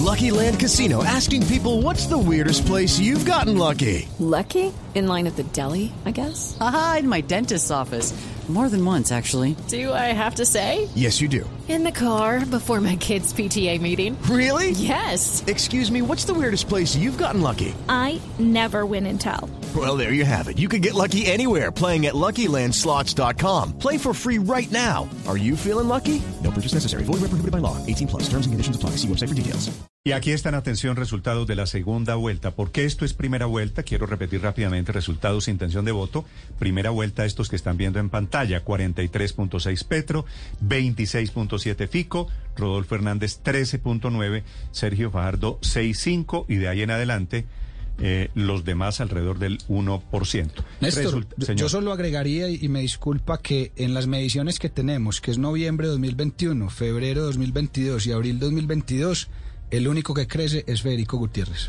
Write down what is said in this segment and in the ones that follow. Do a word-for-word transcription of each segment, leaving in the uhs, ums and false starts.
Lucky Land Casino, asking people, what's the weirdest place you've gotten lucky? Lucky? In line at the deli, I guess? Aha, in my dentist's office. More than once, actually. Do I have to say? Yes, you do. In the car before my kids' P T A meeting. Really? Yes. Excuse me, what's the weirdest place you've gotten lucky? I never win and tell. Well, there you have it. You can get lucky anywhere, playing at Lucky Land Slots dot com. Play for free right now. Are you feeling lucky? No purchase necessary. Void where prohibited by law. eighteen plus. Terms and conditions apply. See website for details. Y aquí están, atención, resultados de la segunda vuelta. ¿Por qué esto es primera vuelta? Quiero repetir rápidamente resultados, intención de voto. Primera vuelta, estos que están viendo en pantalla: cuarenta y tres punto seis Petro, veintiséis punto siete Fico, Rodolfo Hernández trece punto nueve, Sergio Fajardo seis punto cinco, y de ahí en adelante eh, los demás alrededor del uno por ciento. Néstor, Result- yo solo agregaría, y me disculpa, que en las mediciones que tenemos, que es noviembre dos mil veintiuno, febrero dos mil veintidós y abril dos mil veintidós, el único que crece es Federico Gutiérrez.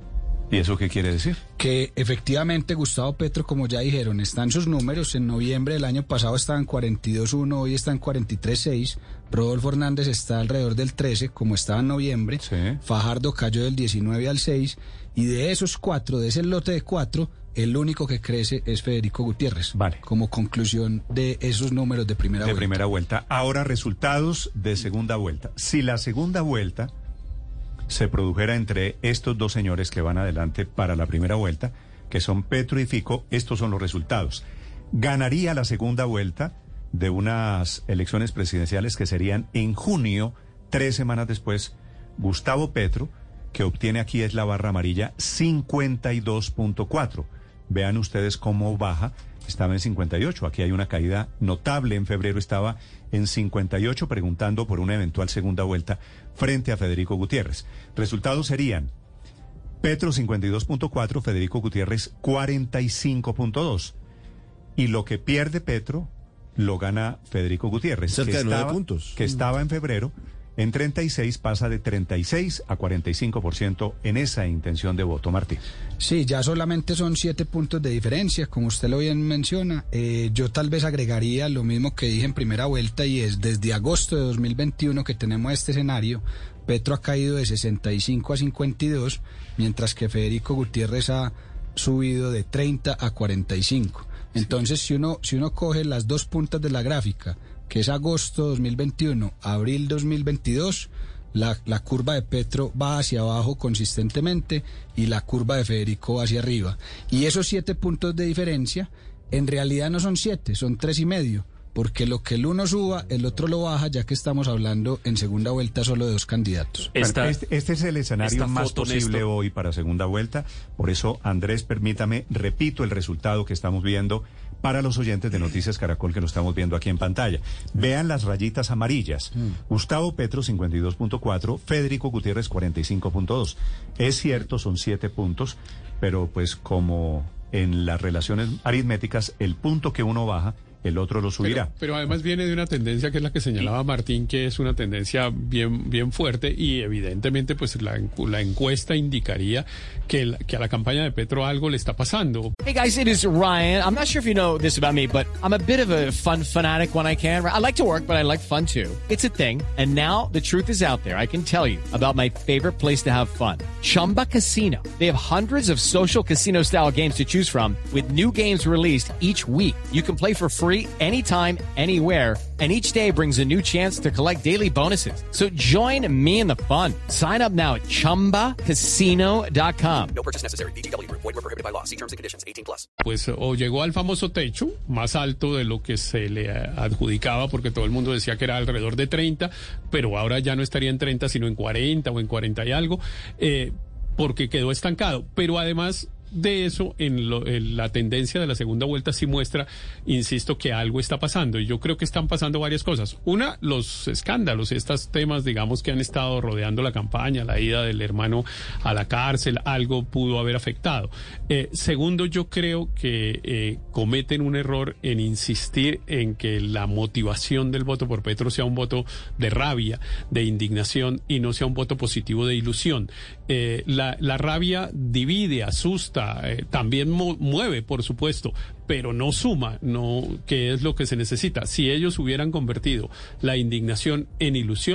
¿Y eso qué quiere decir? Que efectivamente Gustavo Petro, como ya dijeron, están sus números. En noviembre del año pasado estaban cuarenta y dos punto uno, hoy están cuarenta y tres punto seis. Rodolfo Hernández está alrededor del trece, como estaba en noviembre. Sí. Fajardo cayó del diecinueve al seis. Y de esos cuatro, de ese lote de cuatro, el único que crece es Federico Gutiérrez. Vale. Como conclusión de esos números de primera de vuelta. primera vuelta. Ahora, resultados de segunda vuelta. Si la segunda vuelta se produjera entre estos dos señores que van adelante para la primera vuelta, que son Petro y Fico, estos son los resultados. Ganaría la segunda vuelta de unas elecciones presidenciales que serían en junio, tres semanas después, Gustavo Petro, que obtiene, aquí es la barra amarilla, cincuenta y dos punto cuatro. Vean ustedes cómo baja. Estaba en cincuenta y ocho, aquí hay una caída notable. En febrero estaba en cincuenta y ocho, preguntando por una eventual segunda vuelta frente a Federico Gutiérrez. Resultados serían: Petro cincuenta y dos punto cuatro, Federico Gutiérrez cuarenta y cinco punto dos. Y lo que pierde Petro lo gana Federico Gutiérrez. Cerca que de nueve estaba, puntos. Que estaba en febrero en treinta y seis, pasa de treinta y seis a cuarenta y cinco por ciento en esa intención de voto, Martín. Sí, ya solamente son siete puntos de diferencia, como usted lo bien menciona. Eh, yo tal vez agregaría lo mismo que dije en primera vuelta, y es desde agosto de dos mil veintiuno que tenemos este escenario. Petro ha caído de sesenta y cinco a cincuenta y dos, mientras que Federico Gutiérrez ha subido de treinta a cuarenta y cinco. Entonces, si uno, si uno coge las dos puntas de la gráfica, que es agosto dos mil veintiuno, abril dos mil veintidós, la, la curva de Petro va hacia abajo consistentemente y la curva de Federico va hacia arriba. Y esos siete puntos de diferencia, en realidad no son siete, son tres y medio, porque lo que el uno suba, el otro lo baja, ya que estamos hablando en segunda vuelta solo de dos candidatos. Esta, bueno, este, este es el escenario más posible, Néstor, hoy para segunda vuelta. Por eso, Andrés, permítame, repito el resultado que estamos viendo para los oyentes de Noticias Caracol, que lo estamos viendo aquí en pantalla. Vean las rayitas amarillas. Mm. Gustavo Petro, cincuenta y dos punto cuatro, Federico Gutiérrez, cuarenta y cinco punto dos. Es cierto, son siete puntos, pero pues como en las relaciones aritméticas, el punto que uno baja, el otro lo subirá. Pero, pero además viene de una tendencia que es la que señalaba Martín, que es una tendencia bien, bien fuerte, y evidentemente pues la, la encuesta indicaría que, el, que a la campaña de Petro algo le está pasando. Hey guys, it is Ryan. I'm not sure if you know this about me, but I'm a bit of a fun fanatic when I can. I like to work, but I like fun too. It's a thing. And now the truth is out there. I can tell you about my favorite place to have fun. Chumba Casino. They have hundreds of social casino style games to choose from, with new games released each week. You can play for free anytime, anywhere, and each day brings a new chance to collect daily bonuses. So join me in the fun. Sign up now at chumba casino dot com. No purchase necessary. V G W Group. Void where prohibited by law. See terms and conditions. eighteen plus. Pues o llegó al famoso techo, más alto de lo que se le adjudicaba, porque todo el mundo decía que era alrededor de treinta, pero ahora ya no estaría en treinta, sino en cuarenta o en cuarenta y algo, eh, porque quedó estancado. Pero además de eso, en, lo, en la tendencia de la segunda vuelta sí muestra, insisto, que algo está pasando, y yo creo que están pasando varias cosas. Una, los escándalos, estos temas, digamos, que han estado rodeando la campaña, la ida del hermano a la cárcel, algo pudo haber afectado. Eh, segundo, yo creo que eh, cometen un error en insistir en que la motivación del voto por Petro sea un voto de rabia, de indignación, y no sea un voto positivo de ilusión. Eh, la, la rabia divide, asusta, Eh, también mu- mueve, por supuesto, pero no suma, no, que es lo que se necesita. Si ellos hubieran convertido la indignación en ilusión,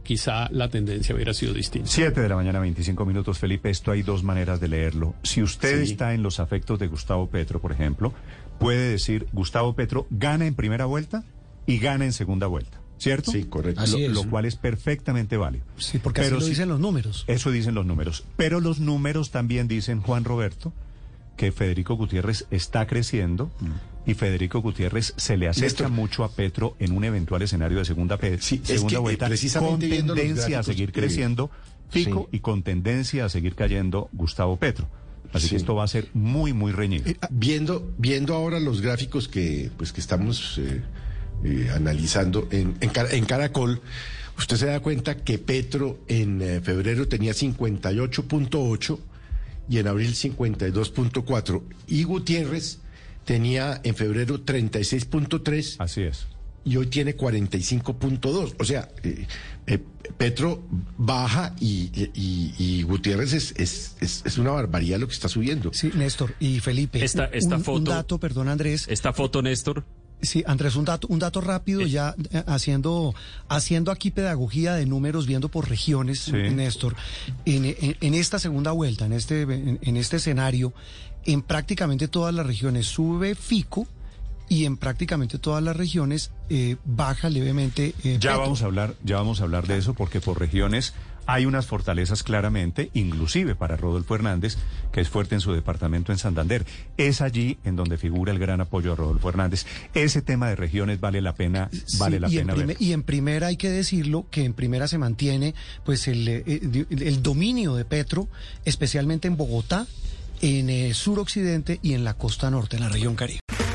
quizá la tendencia hubiera sido distinta. Siete de la mañana, veinticinco minutos, Felipe. Esto hay dos maneras de leerlo. Si usted Sí. está en los afectos de Gustavo Petro, por ejemplo, puede decir Gustavo Petro gana en primera vuelta y gana en segunda vuelta, ¿cierto? Sí, correcto. Así Lo, es. lo cual es perfectamente válido. Sí, porque Pero así lo si- dicen los números. Eso dicen los números. Pero los números también dicen, Juan Roberto, que Federico Gutiérrez está creciendo y Federico Gutiérrez se le acerca Néstor. mucho a Petro en un eventual escenario de segunda, pe- Sí, es segunda que, eh, vuelta, con precisamente viendo los tendencia a gráficos, seguir eh, creciendo Fico sí. y con tendencia a seguir cayendo Gustavo Petro. Así Sí. que esto va a ser muy, muy reñido. Eh, Viendo, viendo ahora los gráficos que, pues, que estamos eh, eh, analizando en, en, Car- en Caracol, usted se da cuenta que Petro en eh, febrero tenía cincuenta y ocho punto ocho y en abril cincuenta y dos punto cuatro. Y Gutiérrez tenía en febrero treinta y seis punto tres Así es. y hoy tiene cuarenta y cinco punto dos. O sea, eh, eh, Petro baja y, y, y Gutiérrez es, es, es, es una barbaridad lo que está subiendo. Sí, Néstor y Felipe. Esta- esta un, un foto- dato, perdón, Andrés. Esta foto, Néstor, Sí, Andrés, un dato, un dato rápido, ya eh, haciendo, haciendo aquí pedagogía de números, viendo por regiones, Sí. Néstor, en, en- en esta segunda vuelta, en este, en, en este escenario, en prácticamente todas las regiones sube Fico y en prácticamente todas las regiones eh, baja levemente eh, Ya Petro. vamos a hablar, ya vamos a hablar de eso porque por regiones hay unas fortalezas claramente, inclusive para Rodolfo Hernández, que es fuerte en su departamento en Santander. Es allí en donde figura el gran apoyo a Rodolfo Hernández. Ese tema de regiones vale la pena, vale Sí, la y pena en prime- ver. Y en primera hay que decirlo que en primera se mantiene pues el, eh, el, el dominio de Petro, especialmente en Bogotá, en el suroccidente y en la costa norte, en la región Caribe.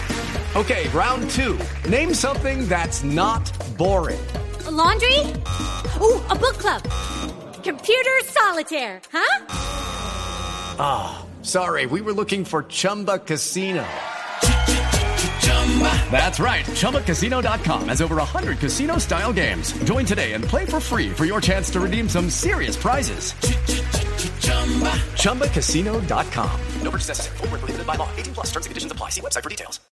Okay, round two. Name something that's not boring. A laundry? Ooh, a book club. Computer solitaire, huh? Ah, sorry, we were looking for Chumba Casino. That's right. Chumba Casino dot com has over one hundred casino-style games. Join today and play for free for your chance to redeem some serious prizes. Chumba Casino dot com. No purchase necessary. Void where prohibited by law. eighteen plus terms and conditions apply. See website for details.